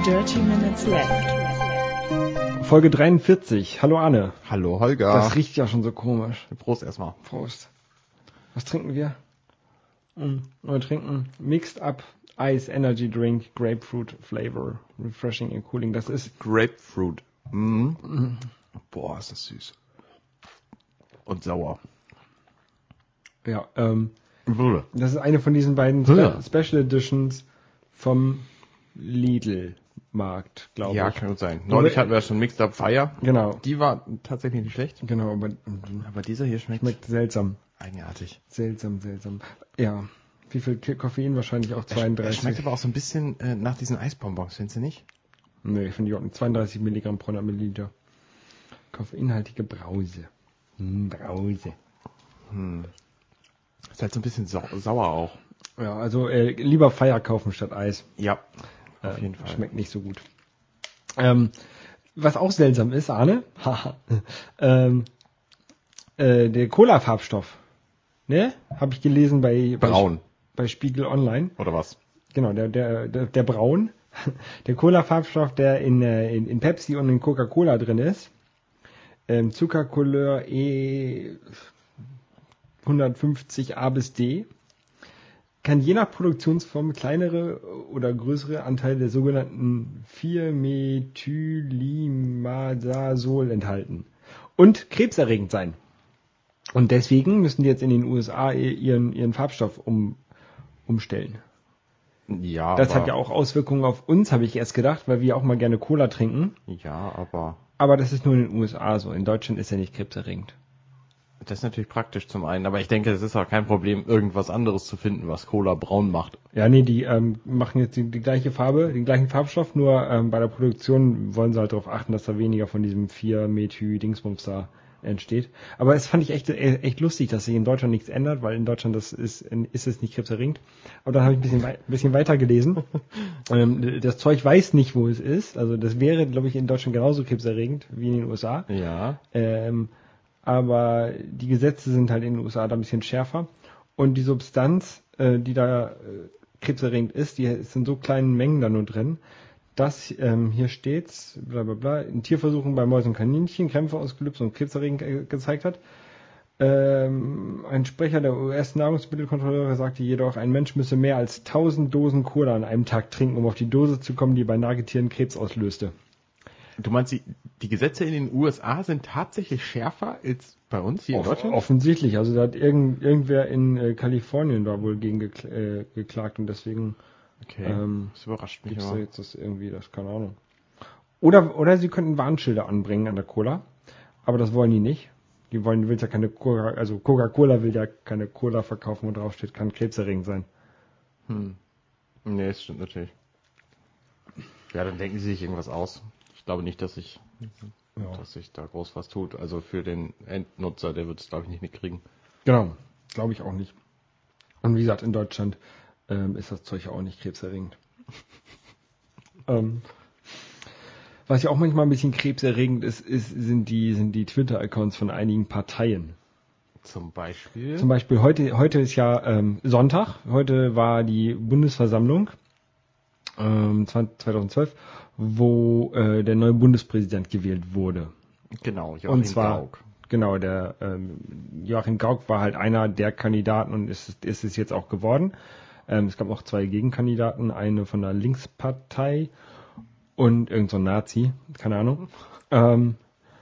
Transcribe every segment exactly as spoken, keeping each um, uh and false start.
thirty minutes left. Folge dreiundvierzig. Hallo Arne. Hallo Holger. Das riecht ja schon so komisch. Prost erstmal. Prost. Was trinken wir? Mm, wir trinken Mixed Up Ice Energy Drink Grapefruit Flavor. Refreshing and Cooling. Das ist Grapefruit. Mhm. Mhm. Boah, ist das süß. Und sauer. Ja, ähm, Blöde. das ist eine von diesen beiden Ja. Special Editions vom Lidl-Markt, glaube Ja, ich. kann gut sein. Neulich hatten wir ja schon Mixed Up Fire. Genau. Die war tatsächlich nicht schlecht. Genau, aber Aber dieser hier schmeckt, schmeckt seltsam. eigenartig. Seltsam, seltsam. Ja. Wie viel Ki- Koffein? Wahrscheinlich auch Er zweiunddreißig. schmeckt aber auch so ein bisschen äh, nach diesen Eisbonbons, findest du nicht? Nee, finde ich auch nicht. zweiunddreißig Milligramm pro Milliliter. Koffeinhaltige Brause. Hm, Brause. Ist halt so ein bisschen sau sauer auch. Ja, also äh, lieber Feier kaufen statt Eis. Ja, auf Äh, jeden Fall. Schmeckt nicht so gut. Ähm, was auch seltsam ist, Arne, haha, ähm, äh, der Cola-Farbstoff, ne? Habe ich gelesen bei, bei Braun. bei Spiegel Online. Oder was? Genau, der, der, der, der Braun. Der Cola-Farbstoff, der in, äh, in, in Pepsi und in Coca-Cola drin ist. Ähm, Zuckercouleur E hundertfünfzig A bis D. Kann je nach Produktionsform kleinere oder größere Anteile der sogenannten vier methylimasol enthalten. Und krebserregend sein. Und deswegen müssen die jetzt in den U S A ihren, ihren Farbstoff um, umstellen. Ja, Das aber, hat ja auch Auswirkungen auf uns, habe ich erst gedacht, weil wir auch mal gerne Cola trinken. Ja, aber Aber das ist nur in den U S A so. In Deutschland ist er nicht krebserregend. das ist natürlich praktisch zum einen. Aber ich denke, es ist auch kein Problem, irgendwas anderes zu finden, was Cola braun macht. Ja, nee, die ähm, machen jetzt die, die gleiche Farbe, den gleichen Farbstoff, nur ähm, bei der Produktion wollen sie halt darauf achten, dass da weniger von diesem vier methy dingsbums da entsteht. Aber es fand ich echt äh, echt lustig, dass sich in Deutschland nichts ändert, weil in Deutschland das ist ist es nicht krebserregend. Aber dann habe ich ein bisschen wei- ein bisschen weiter gelesen. ähm, das Zeug weiß nicht, wo es ist. Also das wäre, glaube ich, in Deutschland genauso krebserregend wie in den U S A. Ja. Ähm, aber die Gesetze sind halt in den U S A da ein bisschen schärfer. Und die Substanz, äh, die da äh, krebserregend ist, die ist in so kleinen Mengen da nur drin, dass ähm, hier steht's, bla bla bla, in Tierversuchen bei Mäusen und Kaninchen Krämpfe ausgelöst und krebserregend äh, gezeigt hat. Ähm, ein Sprecher der U S-Nahrungsmittelkontrolle sagte jedoch, ein Mensch müsse mehr als tausend Dosen Cola an einem Tag trinken, um auf die Dose zu kommen, die bei Nagetieren Krebs auslöste. Du meinst, die, die Gesetze in den U S A sind tatsächlich schärfer als bei uns hier in Off- Deutschland? Offensichtlich, also da hat irgend, irgendwer in äh, Kalifornien da wohl gegen gekl- äh, geklagt und deswegen Okay, ähm, das überrascht mich gibt's da aber. jetzt das irgendwie, das keine Ahnung. Oder oder sie könnten Warnschilder anbringen an der Cola, aber das wollen die nicht. Die wollen, die will ja keine Coca, also Coca-Cola will ja keine Cola verkaufen, wo drauf steht, kann krebserregend sein. Hm. Nee, das stimmt natürlich. Ja, dann denken sie sich irgendwas aus. Ich glaube nicht, dass sich Ja. dass sich da groß was tut. Also für den Endnutzer, der wird es, glaube ich, nicht mitkriegen. Genau, glaube ich auch nicht. Und wie gesagt, in Deutschland ähm, ist das Zeug ja auch nicht krebserregend. ähm, was ja auch manchmal ein bisschen krebserregend ist, ist sind die, sind die Twitter-Accounts von einigen Parteien. Zum Beispiel? Zum Beispiel heute, heute ist ja ähm, Sonntag, heute war die Bundesversammlung ähm, zweitausendzwölf, wo äh, der neue Bundespräsident gewählt wurde. Genau, Joachim Und zwar, Gauck. genau, der ähm, Joachim Gauck war halt einer der Kandidaten und ist, ist es jetzt auch geworden. Ähm, es gab noch zwei Gegenkandidaten, eine von der Linkspartei und irgend so ein Nazi, keine Ahnung. Ähm,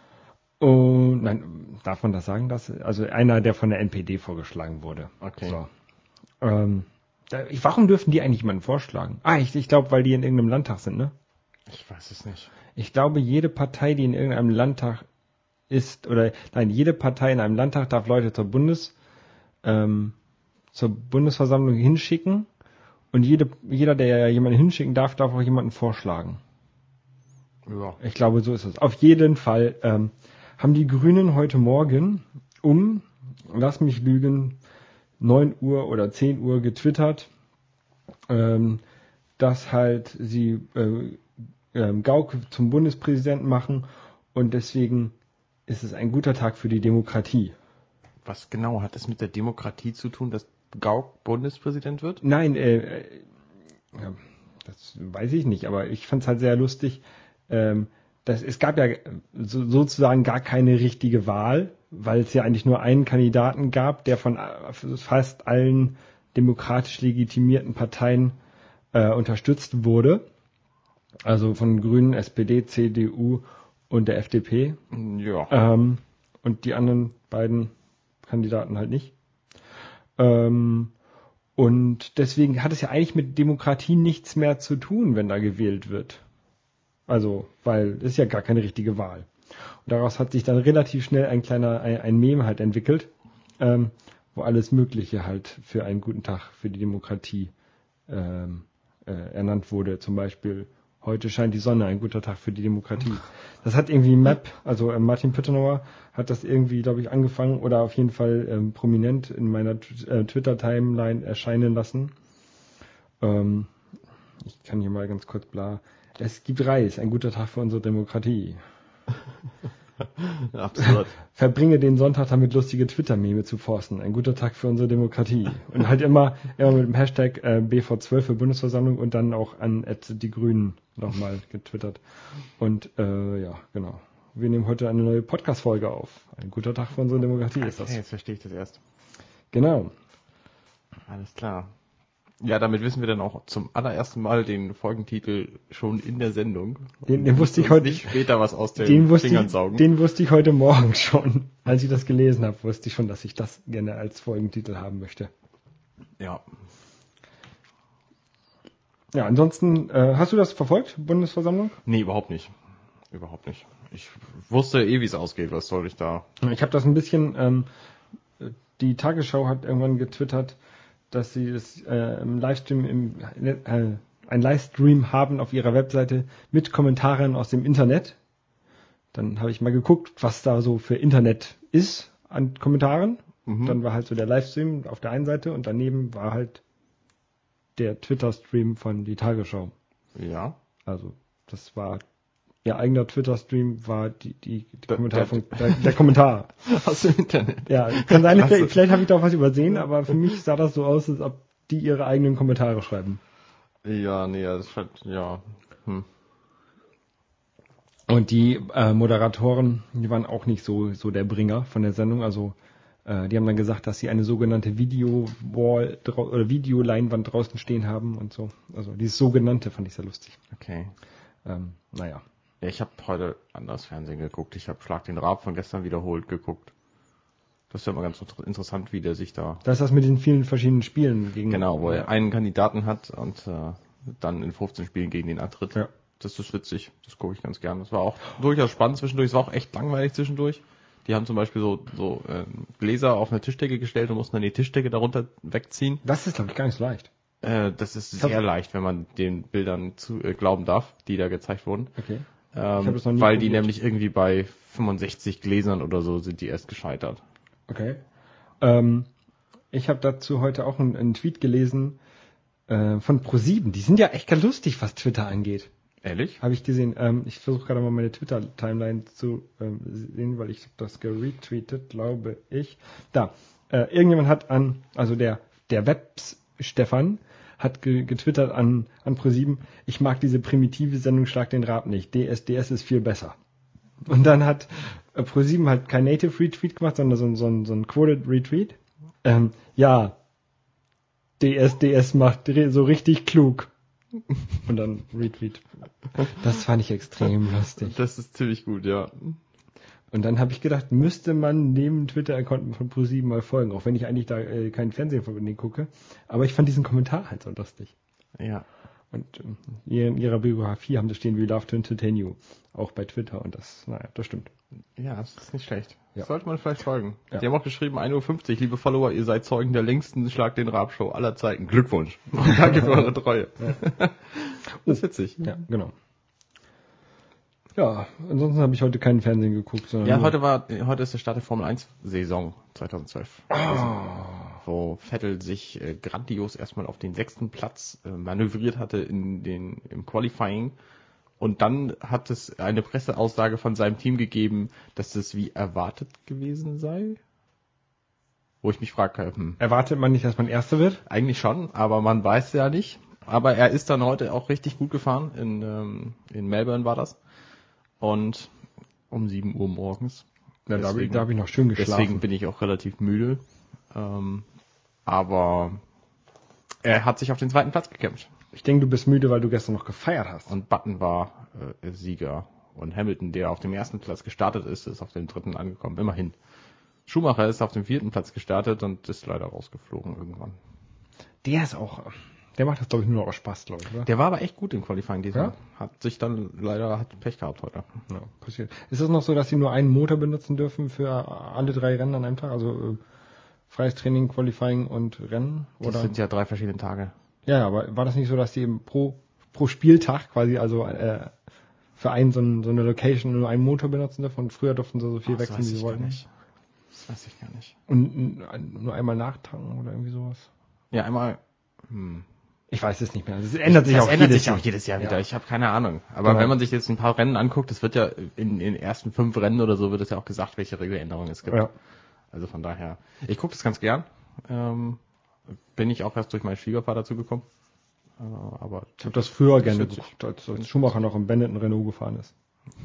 und nein, darf man das sagen? Dass, also einer, der von der N P D vorgeschlagen wurde. Okay. So. Ähm, da, ich, warum dürfen die eigentlich jemanden vorschlagen? Ah, ich, ich glaube, weil die in irgendeinem Landtag sind, ne? Ich weiß es nicht. Ich glaube, jede Partei, die in irgendeinem Landtag ist, oder nein, jede Partei in einem Landtag darf Leute zur Bundes, ähm, zur Bundesversammlung hinschicken und jede, jeder, der jemanden hinschicken darf, darf auch jemanden vorschlagen. Ja. Ich glaube, so ist es. Auf jeden Fall ähm, haben die Grünen heute Morgen um, lass mich lügen, neun Uhr oder zehn Uhr getwittert, ähm, dass halt sie äh, ähm, Gauck zum Bundespräsidenten machen und deswegen ist es ein guter Tag für die Demokratie. Was genau hat es mit der Demokratie zu tun, dass Gauck Bundespräsident wird? Nein, äh, äh, ja, das weiß ich nicht, aber ich fand es halt sehr lustig. Ähm, das, es gab ja so, sozusagen gar keine richtige Wahl, weil es ja eigentlich nur einen Kandidaten gab, der von fast allen demokratisch legitimierten Parteien äh, unterstützt wurde. Also von Grünen, S P D, C D U und der F D P. Ja. Ähm, und die anderen beiden Kandidaten halt nicht. Ähm, und deswegen hat es ja eigentlich mit Demokratie nichts mehr zu tun, wenn da gewählt wird. Also, weil es ist ja gar keine richtige Wahl. Und daraus hat sich dann relativ schnell ein kleiner, ein, ein Meme halt entwickelt, ähm, wo alles Mögliche halt für einen guten Tag für die Demokratie ähm, äh, ernannt wurde. Zum Beispiel, heute scheint die Sonne, ein guter Tag für die Demokratie. Das hat irgendwie Map, also äh, Martin Pittenauer hat das irgendwie, glaube ich, angefangen oder auf jeden Fall ähm, prominent in meiner äh, Twitter-Timeline erscheinen lassen. Ähm, ich kann hier mal ganz kurz bla. Es gibt Reis, ein guter Tag für unsere Demokratie. Absurd. Verbringe den Sonntag damit, lustige Twitter-Meme zu forsten. Ein guter Tag für unsere Demokratie. Und halt immer, immer mit dem Hashtag äh, B V zwölf für Bundesversammlung und dann auch an die Grünen nochmal getwittert. Und äh, ja, genau. Wir nehmen heute eine neue Podcast-Folge auf. Ein guter Tag für unsere Demokratie ist das. Okay, jetzt verstehe ich das erst. Genau. Alles klar. Ja, damit wissen wir dann auch zum allerersten Mal den Folgentitel schon in der Sendung. Den, den wusste ich heute nicht später was aus den den wusste Fingern ich, saugen. Den wusste ich heute Morgen schon. Als ich das gelesen habe, wusste ich schon, dass ich das gerne als Folgentitel haben möchte. Ja. Ja, ansonsten, äh, hast du das verfolgt, Bundesversammlung? Nee, überhaupt nicht. Überhaupt nicht. Ich wusste eh, wie es ausgeht. Was soll ich da? Ich habe das ein bisschen, ähm, die Tagesschau hat irgendwann getwittert, dass sie das äh, im Livestream im äh, ein Livestream haben auf ihrer Webseite mit Kommentaren aus dem Internet. Dann habe ich mal geguckt, was da so für Internet ist an Kommentaren. Mhm. Dann war halt so der Livestream auf der einen Seite und daneben war halt der Twitter-Stream von die Tagesschau. Ja. Also das war ihr eigener Twitter-Stream, war die, die, die Der- Kommentar der- von, der, der Kommentar. Aus dem Internet. Ja, kann sein, Klasse. vielleicht, vielleicht habe ich da auch was übersehen, aber für mich sah das so aus, als ob die ihre eigenen Kommentare schreiben. Ja, nee, das ist halt, ja. Hm. Und die äh, Moderatoren, die waren auch nicht so so der Bringer von der Sendung. Also äh, die haben dann gesagt, dass sie eine sogenannte Video-Wall drau- oder Videoleinwand draußen stehen haben und so. Also dieses sogenannte fand ich sehr lustig. Okay. Ähm, naja. Ja, ich habe heute anders Fernsehen geguckt. Ich habe Schlag den Raab von gestern wiederholt geguckt. Das ist ja immer ganz inter- interessant, wie der sich da... Das ist das mit den vielen verschiedenen Spielen gegen. Genau, wo er einen Kandidaten hat und äh, dann in fünfzehn Spielen gegen den antritt. Ja. Das ist witzig. Das gucke ich ganz gern. Das war auch durchaus spannend zwischendurch. Es war auch echt langweilig zwischendurch. Die haben zum Beispiel so, so äh, Gläser auf eine Tischdecke gestellt und mussten dann die Tischdecke darunter wegziehen. Das ist, glaube ich, gar nicht so leicht. Äh, das ist hab- sehr leicht, wenn man den Bildern zu äh, glauben darf, die da gezeigt wurden. Okay. Ähm, hab das noch nie weil die probiert. nämlich irgendwie bei fünfundsechzig Gläsern oder so sind die erst gescheitert. Okay. Ähm, ich habe dazu heute auch einen, einen Tweet gelesen äh, von ProSieben. Die sind ja echt ganz lustig, was Twitter angeht. Ehrlich? Habe ich gesehen. Ähm, ich versuche gerade mal meine Twitter-Timeline zu ähm, sehen, weil ich habe das geretweetet, glaube ich. Da. Äh, irgendjemand hat an, also der der Webs Stefan hat ge getwittert an an ProSieben, ich mag diese primitive Sendung Schlag den Raab nicht. D S D S ist viel besser. Und dann hat äh, ProSieben halt kein Native Retweet gemacht, sondern so, ein- so, ein- so ein Quoted Retweet. Ähm, ja, D S D S macht re- so richtig klug. Und dann Retweet. Das fand ich extrem lustig. Das ist ziemlich gut, ja. Und dann habe ich gedacht, müsste man dem Twitter-Account von ProSieben mal folgen, auch wenn ich eigentlich da äh, keinen Fernsehen von denen gucke. Aber ich fand diesen Kommentar halt so lustig. Ja. Und ähm, in ihrer Biografie haben sie stehen, we love to entertain you. Auch bei Twitter. Und das, naja, das stimmt. Ja, das ist nicht schlecht. Ja. Sollte man vielleicht folgen. Ja. Die haben auch geschrieben, ein Uhr fünfzig, liebe Follower, ihr seid Zeugen der längsten Schlag den Raab-Show aller Zeiten. Glückwunsch. Und danke für eure Treue. Das ist witzig. Ja, genau. Ja, ansonsten habe ich heute keinen Fernsehen geguckt. Sondern Ja, nur- heute war, heute ist der Start der Formel eins Saison zweitausendzwölf. Wo Vettel sich äh, grandios erstmal auf den sechsten Platz äh, manövriert hatte in den, im Qualifying. Und dann hat es eine Presseaussage von seinem Team gegeben, dass das wie erwartet gewesen sei. Wo ich mich frage, hm, Erwartet man nicht, dass man Erster wird? eigentlich schon, aber man weiß ja nicht. Aber er ist dann heute auch richtig gut gefahren. In, ähm, in Melbourne war das. Und um sieben Uhr morgens. Ja, da habe ich, hab ich noch schön geschlafen. Deswegen bin ich auch relativ müde. Ähm, aber er hat sich auf den zweiten Platz gekämpft. Ich denke, du bist müde, weil du gestern noch gefeiert hast. Und Button war äh, Sieger. Und Hamilton, der auf dem ersten Platz gestartet ist, ist auf dem dritten angekommen. Immerhin. Schumacher ist auf dem vierten Platz gestartet und ist leider rausgeflogen irgendwann. Der ist auch, der macht das glaube ich nur noch aus Spaß, glaube ich, oder? Der war aber echt gut im Qualifying diesmal. Ja? Hat sich dann leider hat Pech gehabt heute. Ja, passiert. Ist es noch so, dass sie nur einen Motor benutzen dürfen für alle drei Rennen an einem Tag? Also äh, freies Training, Qualifying und Rennen? Oder? Das sind ja drei verschiedene Tage. Ja, aber war das nicht so, dass die eben pro pro Spieltag quasi also äh, für einen so, ein, so eine Location nur einen Motor benutzen dürfen und früher durften sie so viel Ach, wechseln, wie wie sie wollten? Nicht. Das weiß ich gar nicht. Und n- nur einmal nachtanken oder irgendwie sowas? Ja, einmal. Hm. Ich weiß es nicht mehr. Das ändert sich das auch ändert jedes sich auch Jahr. jedes Jahr wieder. Ja. Ich habe keine Ahnung. Aber Genau. wenn man sich jetzt ein paar Rennen anguckt, das wird ja in, in den ersten fünf Rennen oder so wird es ja auch gesagt, welche Regeländerungen es gibt. Ja. Also von daher. Ich gucke das ganz gern. Ähm, bin ich auch erst durch meinen Schwiegervater dazu gekommen. Äh, aber Ich habe das früher das gerne witzig. geguckt, als, als Schumacher noch im Benetton Renault gefahren ist.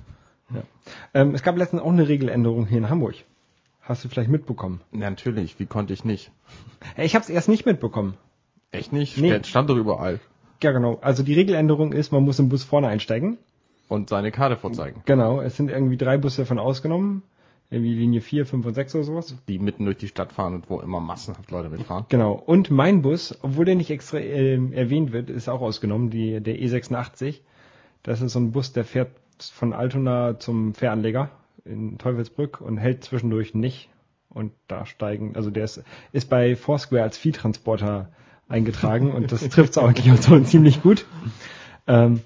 Ja. Ähm, es gab letztens auch eine Regeländerung hier in Hamburg. Hast du vielleicht mitbekommen? Ja, natürlich, wie konnte ich nicht? Äh, Ich habe es erst nicht mitbekommen. Echt nicht? Nee. Stand- Stand doch überall. Ja, genau. Also die Regeländerung ist, man muss im Bus vorne einsteigen. Und seine Karte vorzeigen. Genau. Es sind irgendwie drei Busse davon ausgenommen. Irgendwie Linie vier, fünf und sechs oder sowas. Die mitten durch die Stadt fahren und wo immer massenhaft Leute mitfahren. Genau. Und mein Bus, obwohl der nicht extra äh, erwähnt wird, ist auch ausgenommen, die, der E sechsundachtzig. Das ist so ein Bus, der fährt von Altona zum Fähranleger in Teufelsbrück und hält zwischendurch nicht. Und da steigen, also der ist, ist bei Foursquare als Viehtransporter eingetragen und das trifft es eigentlich auch so ziemlich gut. Ähm,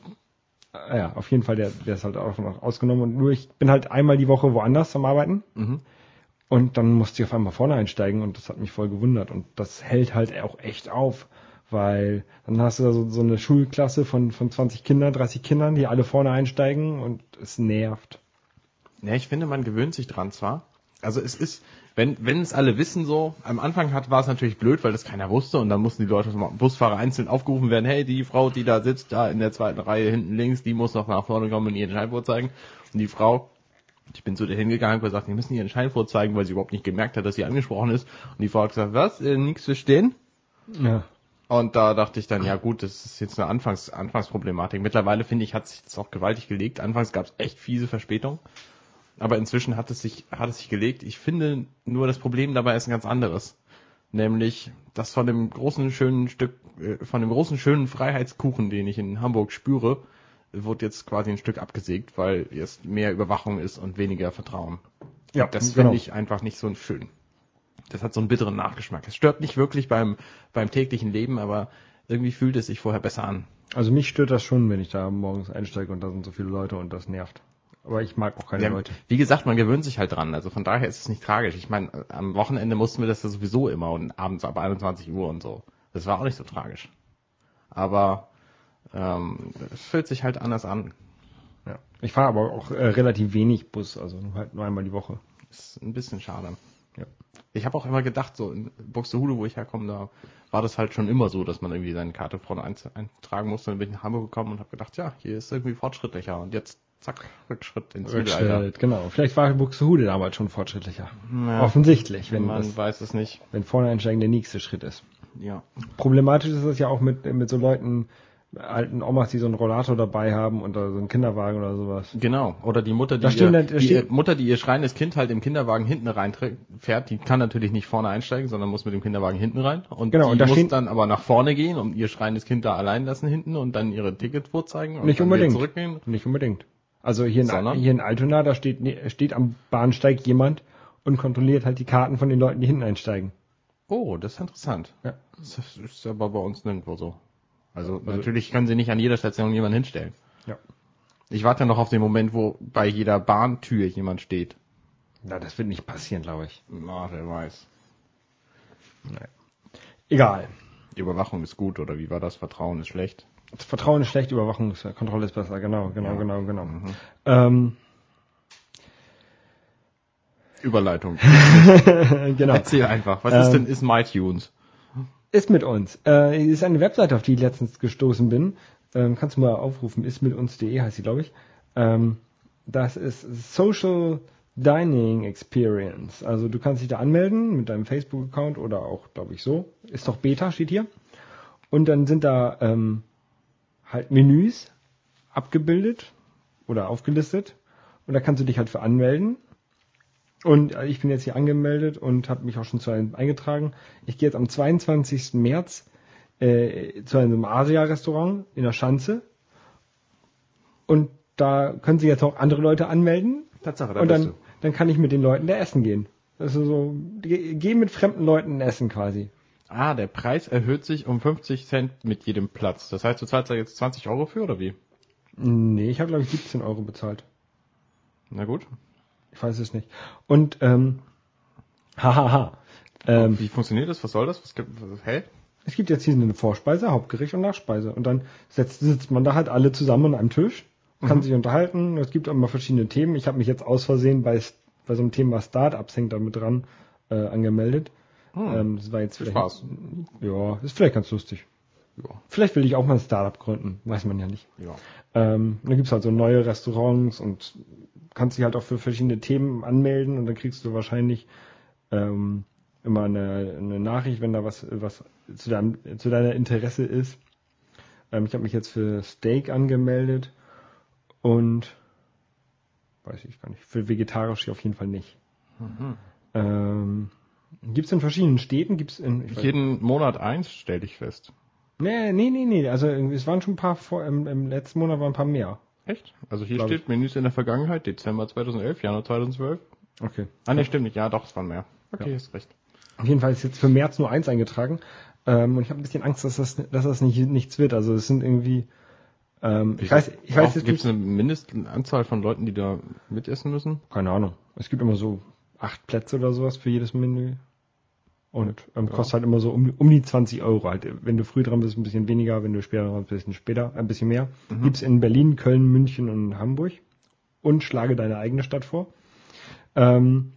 ja, auf jeden Fall, der, der ist halt auch noch ausgenommen und nur ich bin halt einmal die Woche woanders am Arbeiten. Mhm. Und dann musste ich auf einmal vorne einsteigen und das hat mich voll gewundert. Und das hält halt auch echt auf, weil dann hast du da so, so eine Schulklasse von, von zwanzig Kindern, dreißig Kindern, die alle vorne einsteigen und es nervt. Ja, ich finde, man gewöhnt sich dran zwar. Also es ist, wenn wenn es alle wissen so, am Anfang hat war es natürlich blöd, weil das keiner wusste und dann mussten die Leute vom Busfahrer einzeln aufgerufen werden, hey, die Frau, die da sitzt, da in der zweiten Reihe hinten links, die muss noch nach vorne kommen und ihren Schein vorzeigen. Und die Frau, ich bin zu der hingegangen und gesagt, die müssen ihren Schein vorzeigen, weil sie überhaupt nicht gemerkt hat, dass sie angesprochen ist. Und die Frau hat gesagt, was, äh, nichts verstehen? Ja. Und da dachte ich dann, ja gut, das ist jetzt eine Anfangs Anfangsproblematik. Mittlerweile, finde ich, hat sich das auch gewaltig gelegt. Anfangs gab es echt fiese Verspätung. Aber inzwischen hat es sich, hat es sich gelegt. Ich finde nur, das Problem dabei ist ein ganz anderes. Nämlich, dass von dem großen, schönen Stück, äh, von dem großen, schönen Freiheitskuchen, den ich in Hamburg spüre, wird jetzt quasi ein Stück abgesägt, weil jetzt mehr Überwachung ist und weniger Vertrauen. Ja, Das genau. finde ich einfach nicht so schön. Das hat so einen bitteren Nachgeschmack. Es stört nicht wirklich beim, beim täglichen Leben, aber irgendwie fühlt es sich vorher besser an. Also mich stört das schon, wenn ich da morgens einsteige und da sind so viele Leute und das nervt. Aber ich mag auch keine Ja, Leute. wie gesagt, man gewöhnt sich halt dran. Also von daher ist es nicht tragisch. Ich meine, am Wochenende mussten wir das ja sowieso immer und abends ab einundzwanzig Uhr und so. Das war auch nicht so tragisch. Aber ähm, es fühlt sich halt anders an. Ja. Ich fahre aber auch äh, relativ wenig Bus, also nur halt nur einmal die Woche. Ist ein bisschen schade. Ja. Ich habe auch immer gedacht, so in Buxtehude, wo ich herkomme, da war das halt schon immer so, dass man irgendwie seine Karte vorne eintragen musste. Dann bin ich nach Hamburg gekommen und habe gedacht, ja, hier ist irgendwie fortschrittlicher. Und jetzt, zack, Rückschritt ins Mittelalter. Rückschritt, genau. Vielleicht war Buxtehude damals schon fortschrittlicher. Ja, Offensichtlich, wenn, man das, weiß es nicht. wenn vorne einsteigen der nächste Schritt ist. Ja. Problematisch ist es ja auch mit, mit so Leuten, alten Omas, die so einen Rollator dabei haben oder so einen Kinderwagen oder sowas. Genau. Oder die Mutter, die, Da stehen ihr, dann- da die steht- ihr, Mutter, die ihr schreiendes Kind halt im Kinderwagen hinten rein fährt, die kann natürlich nicht vorne einsteigen, sondern muss mit dem Kinderwagen hinten rein. Und Genau, die und da muss stehen- dann aber nach vorne gehen und ihr schreiendes Kind da allein lassen hinten und dann ihre Ticket vorzeigen und Nicht dann wieder unbedingt. zurückgehen. Nicht unbedingt. Also hier in, Sondern? hier in Altona, da steht, nee, steht am Bahnsteig jemand und kontrolliert halt die Karten von den Leuten, die hinten einsteigen. Oh, das ist interessant. Ja. Das ist aber bei uns nirgendwo so. Also, natürlich können sie nicht an jeder Station jemanden hinstellen. Ja. Ich warte noch auf den Moment, wo bei jeder Bahntür jemand steht. Na, das wird nicht passieren, glaube ich. Na, wer weiß. Nein. Egal. Die Überwachung ist gut, oder wie war das? Vertrauen ist schlecht. Das Vertrauen ist schlecht, Überwachungskontrolle ist besser. Genau, genau, Ja. genau, genau. Mhm. Ähm, Überleitung. genau. Erzähl einfach. Was Ähm, ist denn ist MyTunes? Ist mit uns. Äh, ist eine Webseite, auf die ich letztens gestoßen bin. Ähm, kannst du mal aufrufen, istmituns punkt de heißt sie, glaube ich. Ähm, das ist Social Dining Experience. Also du kannst dich da anmelden mit deinem Facebook-Account oder auch, glaube ich, so. Ist doch Beta, steht hier. Und dann sind da ähm, halt Menüs abgebildet oder aufgelistet. Und da kannst du dich halt für anmelden. Und ich bin jetzt hier angemeldet und habe mich auch schon zu einem eingetragen. Ich gehe jetzt am zweiundzwanzigsten März äh, zu einem Asia-Restaurant in der Schanze. Und da können sich jetzt auch andere Leute anmelden. Tatsache, da und bist dann, du. dann kann ich mit den Leuten da essen gehen. Also so, geh, geh mit fremden Leuten essen quasi. Ah, der Preis erhöht sich um fünfzig Cent mit jedem Platz. Das heißt, du zahlst da jetzt zwanzig Euro für, oder wie? Nee, ich habe glaube ich siebzehn Euro bezahlt. Na gut. Ich weiß es nicht. Und, ähm, hahaha. Ähm, Wie funktioniert das? Was soll das? Was gibt, was, hä? Es gibt jetzt hier eine Vorspeise, Hauptgericht und Nachspeise. Und dann setzt, sitzt man da halt alle zusammen an einem Tisch, kann Mhm. sich unterhalten. Es gibt auch immer verschiedene Themen. Ich habe mich jetzt aus Versehen bei, bei so einem Thema Startups hängt da mit dran äh, angemeldet. Hm. Ähm, das war jetzt Viel vielleicht, Spaß. Ja, ist vielleicht ganz lustig. Ja. Vielleicht will ich auch mal ein Startup gründen, weiß man ja nicht. Ja. Ähm, dann gibt's halt so neue Restaurants und kannst dich halt auch für verschiedene Themen anmelden und dann kriegst du wahrscheinlich ähm, immer eine, eine Nachricht, wenn da was, was zu, deinem, zu deiner Interesse ist. Ähm, ich habe mich jetzt für Steak angemeldet und weiß ich gar nicht, für vegetarisch auf jeden Fall nicht. Mhm. Ähm, gibt's in verschiedenen Städten, gibt's in ich weiß- Jeden Monat eins, stell ich fest. Nee, nee, nee, nee, also irgendwie, es waren schon ein paar vor, im, im letzten Monat waren ein paar mehr. Echt? Also hier Glaub steht Menüs in der Vergangenheit, Dezember zweitausendelf, Januar zweitausendzwölf. Okay. Ah, ne, stimmt nicht. Ja, doch, es waren mehr. Okay, Ja. hast recht. Auf jeden Fall ist jetzt für März nur eins eingetragen. Ähm, und ich habe ein bisschen Angst, dass das, dass das nicht, nichts wird. Also es sind irgendwie, ähm, ich weiß, ich weiß jetzt Gibt es nicht, eine Mindestanzahl von Leuten, die da mitessen müssen? keine Ahnung. Es gibt immer so acht Plätze oder sowas für jedes Menü. Und ähm, Ja. kostet halt immer so um, um die zwanzig Euro halt. Wenn du früh dran bist, ein bisschen weniger, wenn du später dran bist, ein bisschen später, ein bisschen mehr. Mhm. Gibt's in Berlin, Köln, München und Hamburg. Und schlage deine eigene Stadt vor. Ähm,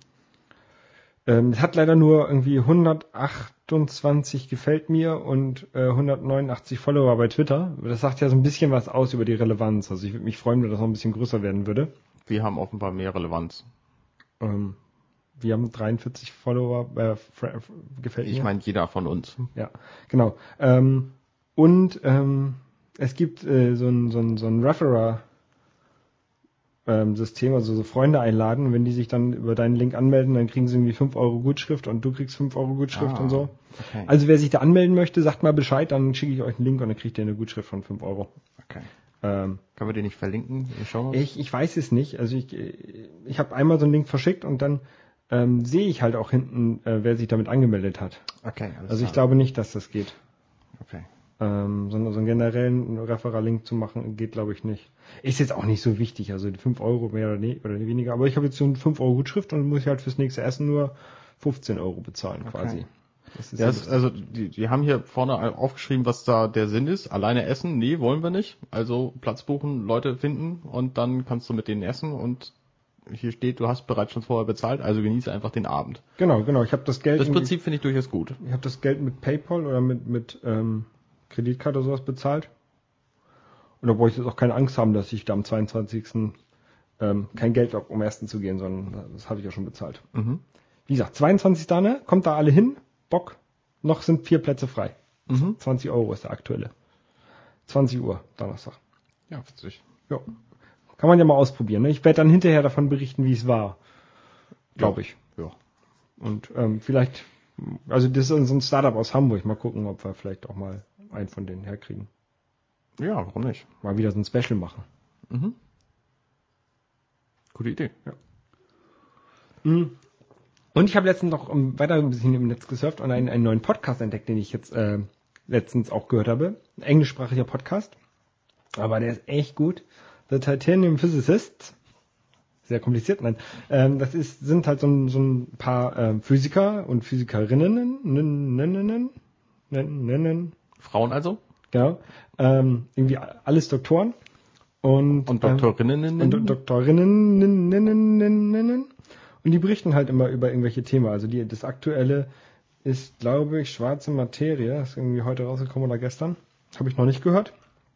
ähm, es hat leider nur irgendwie hundertachtundzwanzig gefällt mir und äh, hundertneunundachtzig Follower bei Twitter. Das sagt ja so ein bisschen was aus über die Relevanz. Also ich würde mich freuen, wenn das noch ein bisschen größer werden würde. Wir haben offenbar mehr Relevanz. Ähm, wir haben dreiundvierzig Follower, äh, fr- f- gefällt Ich mir. meine, jeder von uns. Ja, genau. Ähm, und ähm, es gibt äh, so ein, so ein, so ein Referrer ähm, System, also so Freunde einladen. Und wenn die sich dann über deinen Link anmelden, dann kriegen sie irgendwie fünf Euro Gutschrift und du kriegst fünf Euro Gutschrift Ah, und so. Okay. Also wer sich da anmelden möchte, sagt mal Bescheid, dann schicke ich euch einen Link und dann kriegt ihr eine Gutschrift von fünf Euro. okay. Ähm, Können wir den nicht verlinken in den Shownotes? ich, ich weiß es nicht. Also ich, ich habe einmal so einen Link verschickt und dann ähm, sehe ich halt auch hinten, äh, wer sich damit angemeldet hat. Okay, alles Also ich klar. glaube nicht, dass das geht. Okay. Ähm, sondern so einen generellen Referral-Link zu machen, geht glaube ich nicht. Ist jetzt auch nicht so wichtig, also die fünf Euro mehr oder, ne, oder weniger. Aber ich habe jetzt so eine fünf Euro Gutschrift und muss ich halt fürs nächste Essen nur fünfzehn Euro bezahlen Okay. quasi. Das ist Ja, so es, lustig. also die, die haben hier vorne aufgeschrieben, was da der Sinn ist. Alleine essen, nee, wollen wir nicht. Also Platz buchen, Leute finden und dann kannst du mit denen essen und hier steht, du hast bereits schon vorher bezahlt, also genieße einfach den Abend. Genau, genau. Ich habe das Geld. Das irgendwie- Prinzip finde ich durchaus gut. Ich habe das Geld mit PayPal oder mit mit ähm, Kreditkarte oder sowas bezahlt. Und da brauche ich jetzt auch keine Angst haben, dass ich da am zweiundzwanzigsten Ähm, kein Geld habe, um essen zu gehen, sondern das habe ich ja schon bezahlt. Mhm. Wie gesagt, zweiundzwanzigsten Ne? Kommt da alle hin, Bock. Noch sind vier Plätze frei. Mhm. zwanzig Euro ist der aktuelle. zwanzig Uhr, Donnerstag. Ja, witzig. Ja. Kann man ja mal ausprobieren. Ne? Ich werde dann hinterher davon berichten, wie es war. Glaube ich. Ja. Und ähm, vielleicht, also das ist so ein Startup aus Hamburg. Mal gucken, ob wir vielleicht auch mal einen von denen herkriegen. Ja, warum nicht? Mal wieder so ein Special machen. Mhm. Gute Idee. Und ich habe letztens noch um, weiter ein bisschen im Netz gesurft und einen, einen neuen Podcast entdeckt, den ich jetzt äh, letztens auch gehört habe. Ein englischsprachiger Podcast. Aber der ist echt gut. The Titanium Physicists. Sehr kompliziert, nein. Ähm, das ist, sind halt so ein, so ein paar ähm, Physiker und Physikerinnen. Nen, nen, nen, nen, nen, nen, Frauen also? genau. Ähm, irgendwie alles Doktoren. Und, Und Doktorinnen? Ähm, und, und Doktorinnen. Nen, nen, nen, nen, nen. Und die berichten halt immer über irgendwelche Themen. Also die, das aktuelle ist, glaube ich, Schwarze Materie. Ist irgendwie heute rausgekommen oder gestern. Habe ich noch nicht gehört.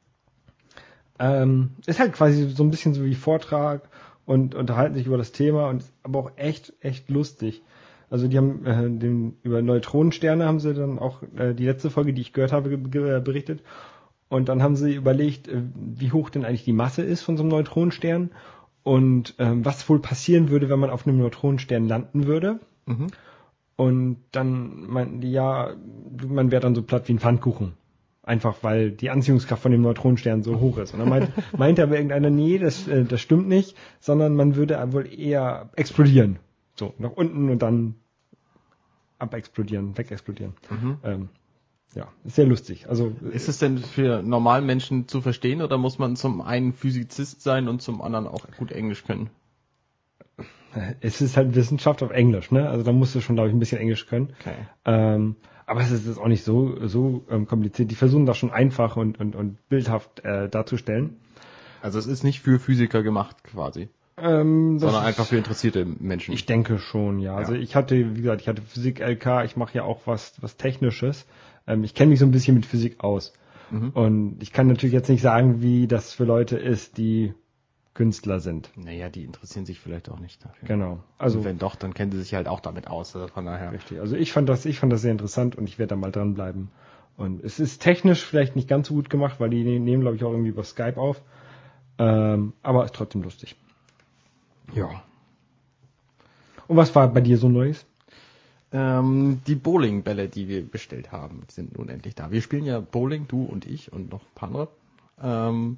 Ähm, ist halt quasi so ein bisschen so wie Vortrag und unterhalten sich über das Thema und ist aber auch echt, echt lustig. Also die haben äh, den, über Neutronensterne haben sie dann auch äh, die letzte Folge, die ich gehört habe, ge- ge- berichtet. Und dann haben sie überlegt, äh, wie hoch denn eigentlich die Masse ist von so einem Neutronenstern und ähm, was wohl passieren würde, wenn man auf einem Neutronenstern landen würde. Mhm. Und dann meinten die, ja, man wäre dann so platt wie ein Pfannkuchen. Einfach weil die Anziehungskraft von dem Neutronenstern so hoch ist. Und dann meint, meinte aber irgendeiner, nee, das, äh, das stimmt nicht, sondern man würde wohl eher explodieren. So, nach unten und dann abexplodieren, wegexplodieren. Mhm. Ähm, ja, ist sehr lustig. Also Ist es denn für normalen Menschen zu verstehen oder muss man zum einen Physizist sein und zum anderen auch gut Englisch können? es ist halt Wissenschaft auf Englisch, ne? Also da musst du schon, glaube ich, ein bisschen Englisch können. Okay. Ähm, aber es ist jetzt auch nicht so so ähm, kompliziert. Die versuchen das schon einfach und und und bildhaft äh, darzustellen. Also es ist nicht für Physiker gemacht quasi, Ähm, das sondern ist- einfach für interessierte Menschen. Ich denke schon, ja. Also Ja. ich hatte, wie gesagt, ich hatte Physik L K. Ich mache ja auch was was Technisches. Ähm, ich kenne mich so ein bisschen mit Physik aus. Mhm. Und ich kann natürlich jetzt nicht sagen, wie das für Leute ist, die Künstler sind. Naja, die interessieren sich vielleicht auch nicht dafür. Genau. Also Also wenn doch, dann kennen sie sich halt auch damit aus. Also von daher. richtig. Also ich fand das, ich fand das sehr interessant und ich werde da mal dranbleiben. Und es ist technisch vielleicht nicht ganz so gut gemacht, weil die nehmen, glaube ich, auch irgendwie über Skype auf. Ähm, aber ist trotzdem lustig. Ja. Und was war bei dir so Neues? Ähm, die Bowlingbälle, die wir bestellt haben, sind nun endlich da. Wir spielen ja Bowling, du und ich und noch ein paar andere. Ähm,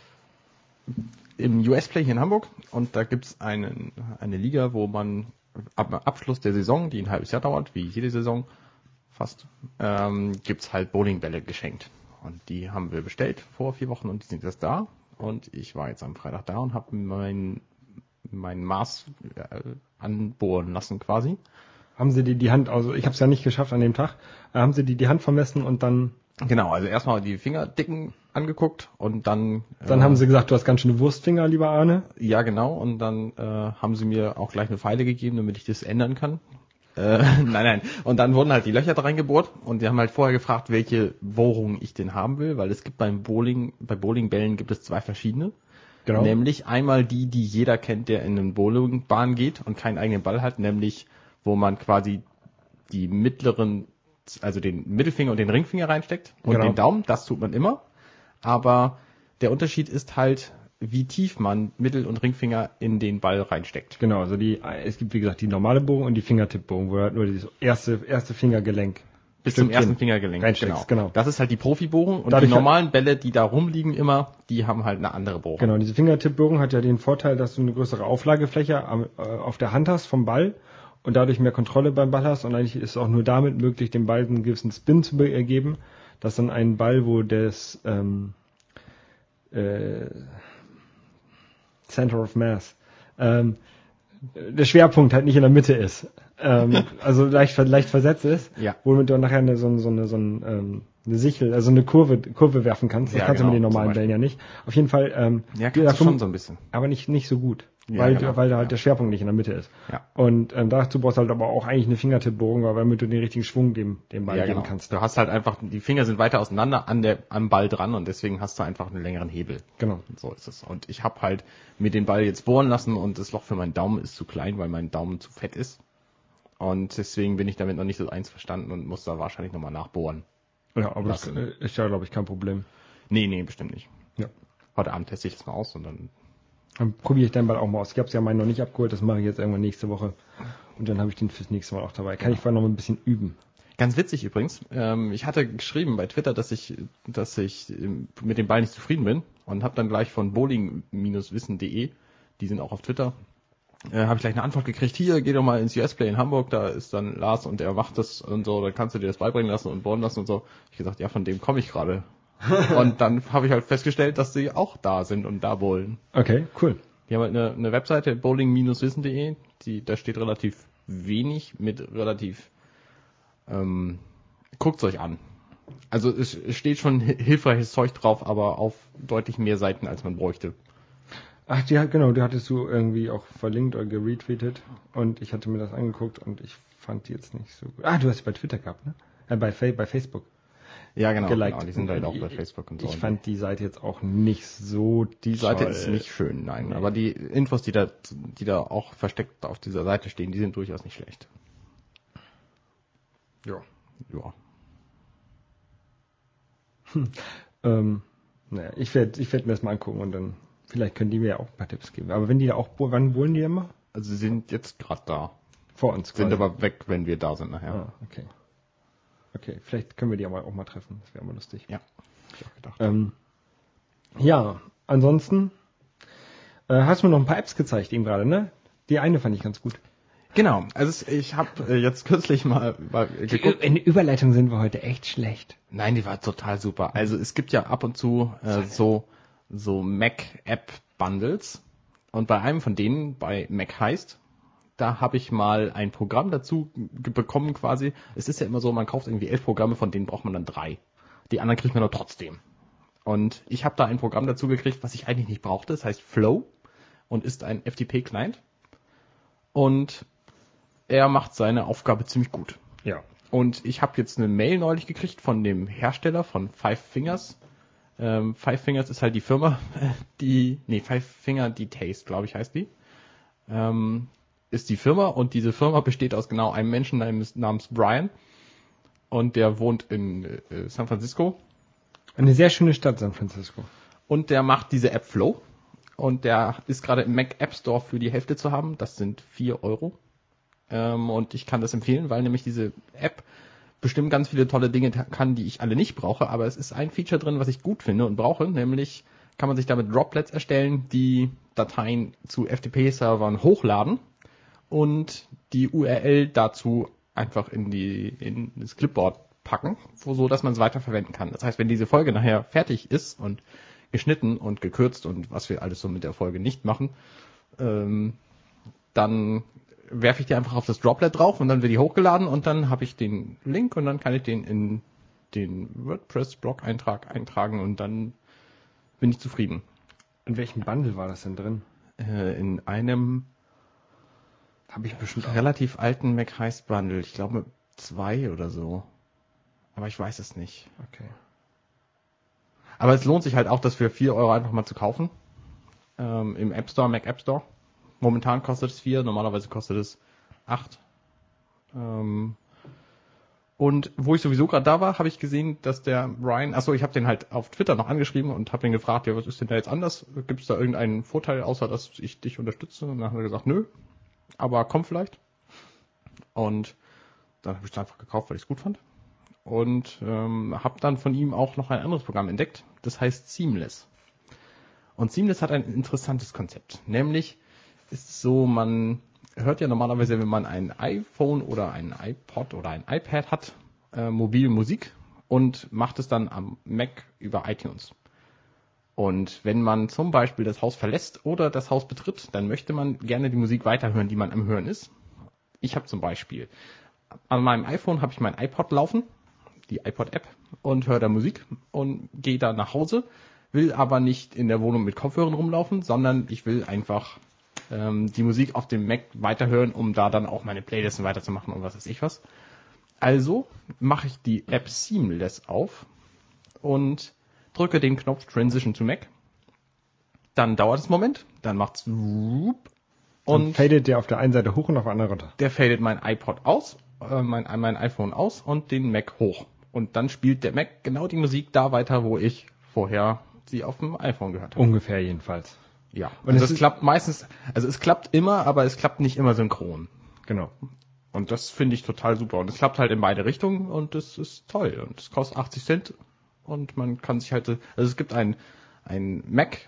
Im U S Play hier in Hamburg und da gibt's einen eine Liga, wo man ab Abschluss der Saison, die ein halbes Jahr dauert, wie jede Saison fast, ähm, gibt's halt Bowlingbälle geschenkt. Und die haben wir bestellt vor vier Wochen und die sind jetzt da. Und ich war jetzt am Freitag da und habe mein, mein Maß äh, anbohren lassen quasi. Haben sie dir die Hand, also ich habe es ja nicht geschafft an dem Tag, äh, haben sie dir die Hand vermessen und dann, Genau, also erstmal die Fingerdicken angeguckt und dann... dann äh, haben sie gesagt, du hast ganz schöne Wurstfinger, lieber Arne. Ja, genau. Und dann äh, haben sie mir auch gleich eine Pfeile gegeben, damit ich das ändern kann. Äh, nein, nein. Und dann wurden halt die Löcher da reingebohrt und die haben halt vorher gefragt, welche Bohrung ich denn haben will, weil es gibt beim Bowling, bei Bowlingbällen gibt es zwei verschiedene. Genau. Nämlich einmal die, die jeder kennt, der in eine Bowlingbahn geht und keinen eigenen Ball hat, nämlich wo man quasi die mittleren, also den Mittelfinger und den Ringfinger reinsteckt und Genau. den Daumen, das tut man immer. Aber der Unterschied ist halt, wie tief man Mittel- und Ringfinger in den Ball reinsteckt. Genau, also die, es gibt wie gesagt die normale Bohrung und die Fingertippbohrung, wo du halt nur das erste, erste Fingergelenk Bis zum Stückchen ersten Fingergelenk. reinsteckst, genau. Das ist halt die Profibohrung und Dadurch die hat- normalen Bälle, die da rumliegen immer, die haben halt eine andere Bohrung. Genau, diese Fingertippbohrung hat ja den Vorteil, dass du eine größere Auflagefläche am, äh, auf der Hand hast vom Ball und dadurch mehr Kontrolle beim Ball hast und eigentlich ist es auch nur damit möglich, dem Ball einen gewissen Spin zu be- ergeben, dass dann ein Ball, wo das ähm, äh, Center of Mass, ähm, der Schwerpunkt halt nicht in der Mitte ist, ähm, also leicht, ver- leicht versetzt ist, Ja. womit du nachher eine, so, ein- so eine, so ein, ähm, eine Sichel, also eine Kurve, Kurve werfen kannst. Das Ja, kannst genau, du mit den zum normalen Beispiel. Bällen ja nicht. Auf jeden Fall, ähm, Ja, du- kannst du dafür- schon so ein bisschen. aber nicht nicht so gut, Ja, weil genau. du, weil da halt Ja. der Schwerpunkt nicht in der Mitte ist. Ja. Und ähm, dazu brauchst du halt aber auch eigentlich eine Fingertippbohrung, weil damit du den richtigen Schwung dem dem Ball Ja, geben genau. kannst. Du hast halt einfach, die Finger sind weiter auseinander an der, am Ball dran und deswegen hast du einfach einen längeren Hebel. Genau. So ist es. Und ich habe halt mir den Ball jetzt bohren lassen und das Loch für meinen Daumen ist zu klein, weil mein Daumen zu fett ist. Und deswegen bin ich damit noch nicht so eins verstanden und muss da wahrscheinlich nochmal nachbohren. Ja, aber das Lassen. äh, ist ja, glaube ich, kein Problem. Nee, nee, bestimmt nicht. Ja. Heute Abend teste ich das mal aus und dann... Dann probiere ich deinen Ball auch mal aus. Ich habe es ja meinen noch nicht abgeholt, das mache ich jetzt irgendwann nächste Woche. Und dann habe ich den fürs nächste Mal auch dabei. Kann ich vorher noch ein bisschen üben. Ganz witzig übrigens, ähm, ich hatte geschrieben bei Twitter, dass ich dass ich ähm, mit dem Ball nicht zufrieden bin und habe dann gleich von bowling wissen punkt de, die sind auch auf Twitter, äh, habe ich gleich eine Antwort gekriegt, hier, geh doch mal ins U S Play in Hamburg, da ist dann Lars und er macht das und so, dann kannst du dir das beibringen lassen und bohren lassen und so. Ich gesagt, ja, von dem komme ich gerade. Und dann habe ich halt festgestellt, dass sie auch da sind und da bowlen. Okay, cool. Die haben halt eine, eine Webseite, bowling wissen punkt de, die, da steht relativ wenig mit relativ, ähm, guckt's euch an. Also es, es steht schon hi- hilfreiches Zeug drauf, aber auf deutlich mehr Seiten, als man bräuchte. Ach, die hat, genau, die hattest du irgendwie auch verlinkt oder geretweetet und ich hatte mir das angeguckt und ich fand die jetzt nicht so gut. Ah, du hast sie bei Twitter gehabt, ne? Äh, bei, Fa- bei Facebook. Ja, genau, geliked. genau. Die sind halt auch bei Facebook und so. Ich fand die Seite jetzt auch nicht so Die Seite toll. ist nicht schön, nein. Nee. Aber die Infos, die da, die da auch versteckt auf dieser Seite stehen, die sind durchaus nicht schlecht. Ja. Ja. Hm. Ähm, naja, ich werde ich werd mir das mal angucken und dann, vielleicht können die mir ja auch ein paar Tipps geben. Aber wenn die da auch, wann wohnen die immer? Also sie sind jetzt gerade da. Vor uns quasi. Sind aber weg, wenn wir da sind nachher. Ah, okay. Okay, vielleicht können wir die aber auch mal treffen. Das wäre mal lustig. Ja, hab ich auch gedacht. Ähm, ja, ansonsten äh, hast du mir noch ein paar Apps gezeigt eben gerade, ne? Die eine fand ich ganz gut. Genau, also es- ich habe äh, jetzt kürzlich mal, mal geguckt. In Überleitung sind wir heute echt schlecht. Nein, die war total super. Also es gibt ja ab und zu äh, so so Mac-App-Bundles und bei einem von denen, bei Mac heißt, da habe ich mal ein Programm dazu ge- bekommen quasi. Es ist ja immer so, man kauft irgendwie elf Programme, von denen braucht man dann drei. Die anderen kriegt man doch trotzdem. Und ich habe da ein Programm dazu gekriegt, was ich eigentlich nicht brauchte. Das heißt Flow und ist ein F T P-Client. Und er macht seine Aufgabe ziemlich gut. Ja. Und ich habe jetzt eine Mail neulich gekriegt von dem Hersteller von Five Fingers. Ähm, Five Fingers ist halt die Firma, die, nee, Five Finger Details, glaube ich, heißt die. Ähm, ist die Firma und diese Firma besteht aus genau einem Menschen namens, namens Brian. Und der wohnt in äh, San Francisco. Eine sehr schöne Stadt, San Francisco. Und der macht diese App Flow. Und der ist gerade im Mac App Store für die Hälfte zu haben. Das sind vier Euro. Ähm, und ich kann das empfehlen, weil nämlich diese App bestimmt ganz viele tolle Dinge ta- kann, die ich alle nicht brauche. Aber es ist ein Feature drin, was ich gut finde und brauche. Nämlich kann man sich damit Droplets erstellen, die Dateien zu F T P-Servern hochladen und die U R L dazu einfach in die in das Clipboard packen, wo, so dass man es weiter verwenden kann. Das heißt, wenn diese Folge nachher fertig ist und geschnitten und gekürzt und was wir alles so mit der Folge nicht machen, ähm, dann werfe ich die einfach auf das Droplet drauf und dann wird die hochgeladen und dann habe ich den Link und dann kann ich den in den WordPress-Blog-Eintrag eintragen und dann bin ich zufrieden. In welchem Bundle war das denn drin? Äh, in einem Habe ich bestimmt auch. relativ alten Mac Heist Bundle, ich glaube mit zwei oder so. Aber ich weiß es nicht. Okay. Aber es lohnt sich halt auch, das für vier Euro einfach mal zu kaufen. Ähm, Im App Store, Mac App Store. Momentan kostet es vier, normalerweise kostet es acht. Ähm, und wo ich sowieso gerade da war, habe ich gesehen, dass der Ryan, achso, ich habe den halt auf Twitter noch angeschrieben und habe den gefragt, ja, was ist denn da jetzt anders? Gibt es da irgendeinen Vorteil, außer dass ich dich unterstütze? Und dann hat er gesagt, nö, aber komm vielleicht. Und dann habe ich es einfach gekauft, weil ich es gut fand. Und ähm, habe dann von ihm auch noch ein anderes Programm entdeckt, das heißt Seamless. Und Seamless hat ein interessantes Konzept, nämlich ist es so, man hört ja normalerweise, wenn man ein iPhone oder ein iPod oder ein iPad hat, äh, mobil Musik und macht es dann am Mac über iTunes. Und wenn man zum Beispiel das Haus verlässt oder das Haus betritt, dann möchte man gerne die Musik weiterhören, die man am Hören ist. Ich habe zum Beispiel, an meinem iPhone habe ich mein iPod laufen, die iPod-App, und höre da Musik und gehe da nach Hause, will aber nicht in der Wohnung mit Kopfhörern rumlaufen, sondern ich will einfach ähm, die Musik auf dem Mac weiterhören, um da dann auch meine Playlisten weiterzumachen und was weiß ich was. Also mache ich die App Seamless auf und drücke den Knopf Transition to Mac. Dann dauert es einen Moment, dann macht's whoop, Und und fadet der auf der einen Seite hoch und auf der anderen runter. der fadet mein iPod aus, äh, mein, mein iPhone aus und den Mac hoch. Und dann spielt der Mac genau die Musik da weiter, wo ich vorher sie auf dem iPhone gehört habe. Ungefähr jedenfalls. Ja, Und und es das ist- klappt meistens, also es klappt immer, aber es klappt nicht immer synchron. Genau. Und das finde ich total super. Und es klappt halt in beide Richtungen und das ist toll. Und es kostet achtzig Cent und man kann sich halt, also es gibt ein, ein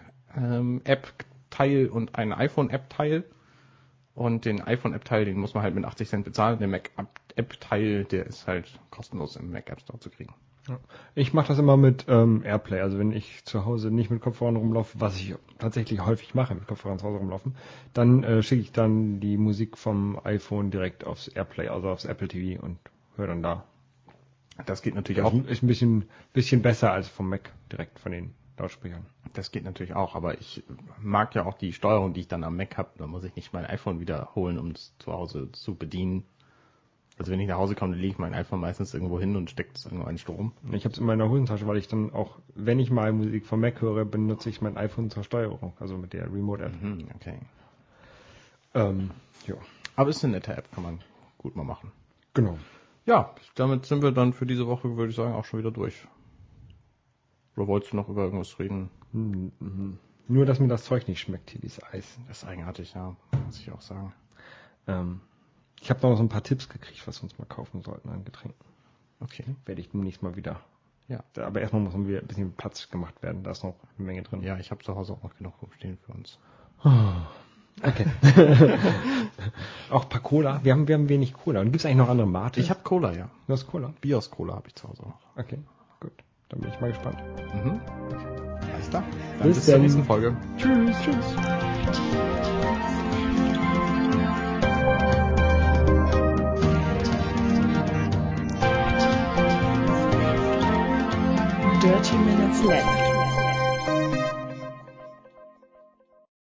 Mac-App-Teil und ein iPhone-App-Teil. Und den iPhone-App-Teil, den muss man halt mit achtzig Cent bezahlen. Der Mac-App-Teil, der ist halt kostenlos im Mac App Store zu kriegen. Ja. Ich mache das immer mit ähm, Airplay. Also wenn ich zu Hause nicht mit Kopfhörern rumlaufe, was ich tatsächlich häufig mache, mit Kopfhörern zu Hause rumlaufen, dann äh, schicke ich dann die Musik vom iPhone direkt aufs Airplay, also aufs Apple T V und höre dann da. Das geht natürlich Das auch. ist ein bisschen, bisschen besser als vom Mac direkt von den Lautsprechern. Das geht natürlich auch, aber ich mag ja auch die Steuerung, die ich dann am Mac habe. Da muss ich nicht mein iPhone wiederholen, um es zu Hause zu bedienen. Also wenn ich nach Hause komme, dann lege ich mein iPhone meistens irgendwo hin und stecke es irgendwo in den Strom. Ich habe es in meiner Hosentasche, weil ich dann auch, wenn ich mal Musik vom Mac höre, benutze ich mein iPhone zur Steuerung, also mit der Remote-App. Mhm, okay. Ähm, ja. Aber ist eine nette App, kann man gut mal machen. Genau. Ja, damit sind wir dann für diese Woche, würde ich sagen, auch schon wieder durch. Oder wolltest du noch über irgendwas reden? Mhm. Nur, dass mir das Zeug nicht schmeckt, hier, dieses Eis. Das ist eigenartig, ja, muss ich auch sagen. Ähm, ich habe noch so ein paar Tipps gekriegt, was wir uns mal kaufen sollten an Getränken. Okay. Werde ich demnächst mal wieder. Ja. Da, aber erstmal muss wieder ein bisschen Platz gemacht werden. Da ist noch eine Menge drin. Ja, ich habe zu Hause auch noch genug rumstehen für uns. Okay. Auch ein paar Cola. Wir haben, wir haben wenig Cola. Und gibt es eigentlich noch andere Mate? Ich habe Cola, ja. Du hast Cola? Bios Cola habe ich zu Hause noch. Okay, gut. Dann bin ich mal gespannt. Mhm. Alles klar. Dann Bis bis zur dann. nächsten Folge. Tschüss. Tschüss. Dirty Minutes Left.